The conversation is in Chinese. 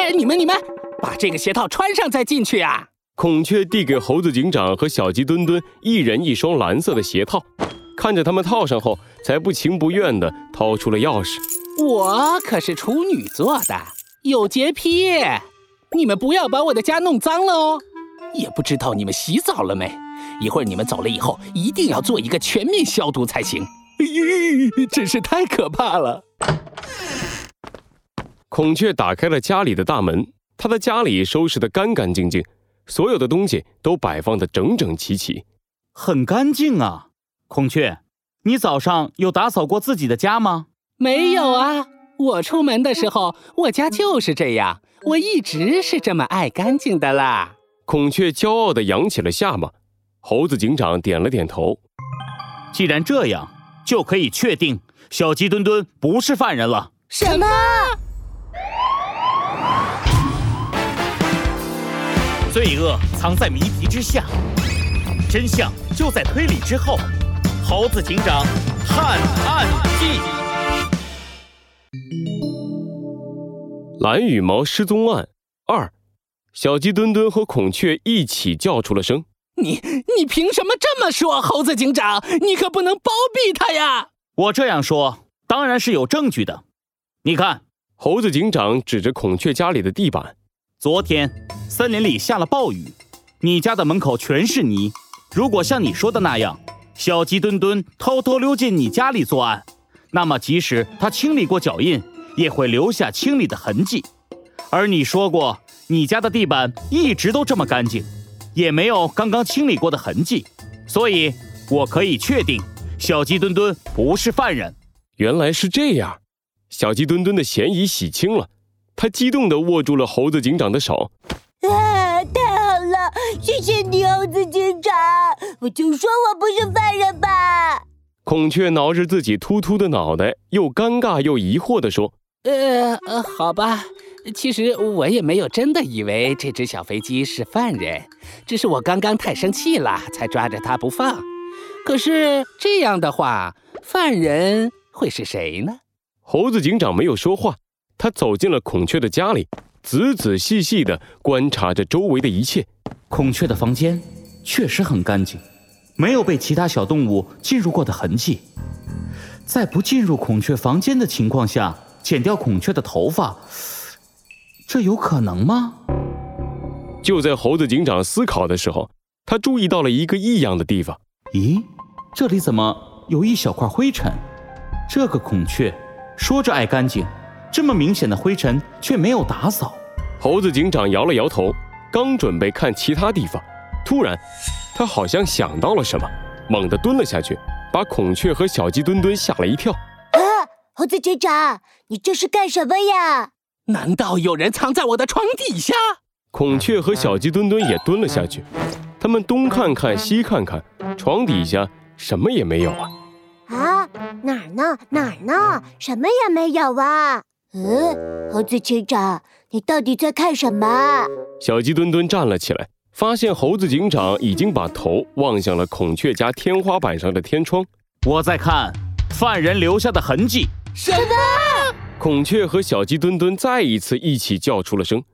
你们，把这个鞋套穿上再进去啊！ 孔雀递给猴子警长和小鸡墩墩一人一双蓝色的鞋套，看着他们套上后，才不情不愿地掏出了钥匙。 我可是处女座的，有洁癖，你们不要把我的家弄脏了哦。也不知道你们洗澡了没，一会儿你们走了以后，一定要做一个全面消毒才行。真是太可怕了。 孔雀打开了家里的大门，他的家里收拾得干干净净，所有的东西都摆放得整整齐齐。 很干净啊。孔雀，你早上有打扫过自己的家吗？ 没有啊，我出门的时候，我家就是这样，我一直是这么爱干净的啦。 孔雀骄傲地扬起了下巴，猴子警长点了点头。 既然这样，就可以确定小鸡墩墩不是犯人了。 什么？ 罪恶藏在谜题之下，真相就在推理之后。猴子警长探案记。 蓝羽毛失踪案2，小鸡墩墩和孔雀一起叫出了声。 你凭什么这么说，猴子警长？你可不能包庇他呀！ 我这样说，当然是有证据的。你看， 猴子警长指着孔雀家里的地板。 昨天森林里下了暴雨，你家的门口全是泥。如果像你说的那样，小鸡墩墩偷偷溜进你家里作案，那么即使他清理过脚印，也会留下清理的痕迹。而你说过，你家的地板一直都这么干净，也没有刚刚清理过的痕迹，所以我可以确定小鸡墩墩不是犯人。 原来是这样，小鸡墩墩的嫌疑洗清了，他激动地握住了猴子警长的手。 太好了，谢谢你，猴子警长！我就说我不是犯人吧。 孔雀挠着自己秃秃的脑袋，又尴尬又疑惑地说： 好吧，其实我也没有真的以为这只小飞机是犯人，只是我刚刚太生气了，才抓着它不放。可是这样的话，犯人会是谁呢？ 猴子警长没有说话，他走进了孔雀的家里，仔仔细细地观察着周围的一切。 孔雀的房间确实很干净，没有被其他小动物进入过的痕迹。在不进入孔雀房间的情况下，剪掉孔雀的头发，这有可能吗？ 就在猴子警长思考的时候，他注意到了一个异样的地方。 咦，这里怎么有一小块灰尘？这个孔雀说着爱干净，这么明显的灰尘却没有打扫。 猴子警长摇了摇头，刚准备看其他地方，突然他好像想到了什么，猛地蹲了下去，把孔雀和小鸡墩墩吓了一跳。 猴子警长，你这是干什么呀？ 难道有人藏在我的床底下？ 孔雀和小鸡墩墩也蹲了下去，他们东看看西看看，床底下什么也没有啊。 哪儿呢？什么也没有啊。猴子警长，你到底在看什么？ 小鸡墩墩站了起来，发现猴子警长已经把头望向了孔雀家天花板上的天窗。 我在看犯人留下的痕迹。 什么？ 孔雀和小鸡墩墩再一次一起叫出了声。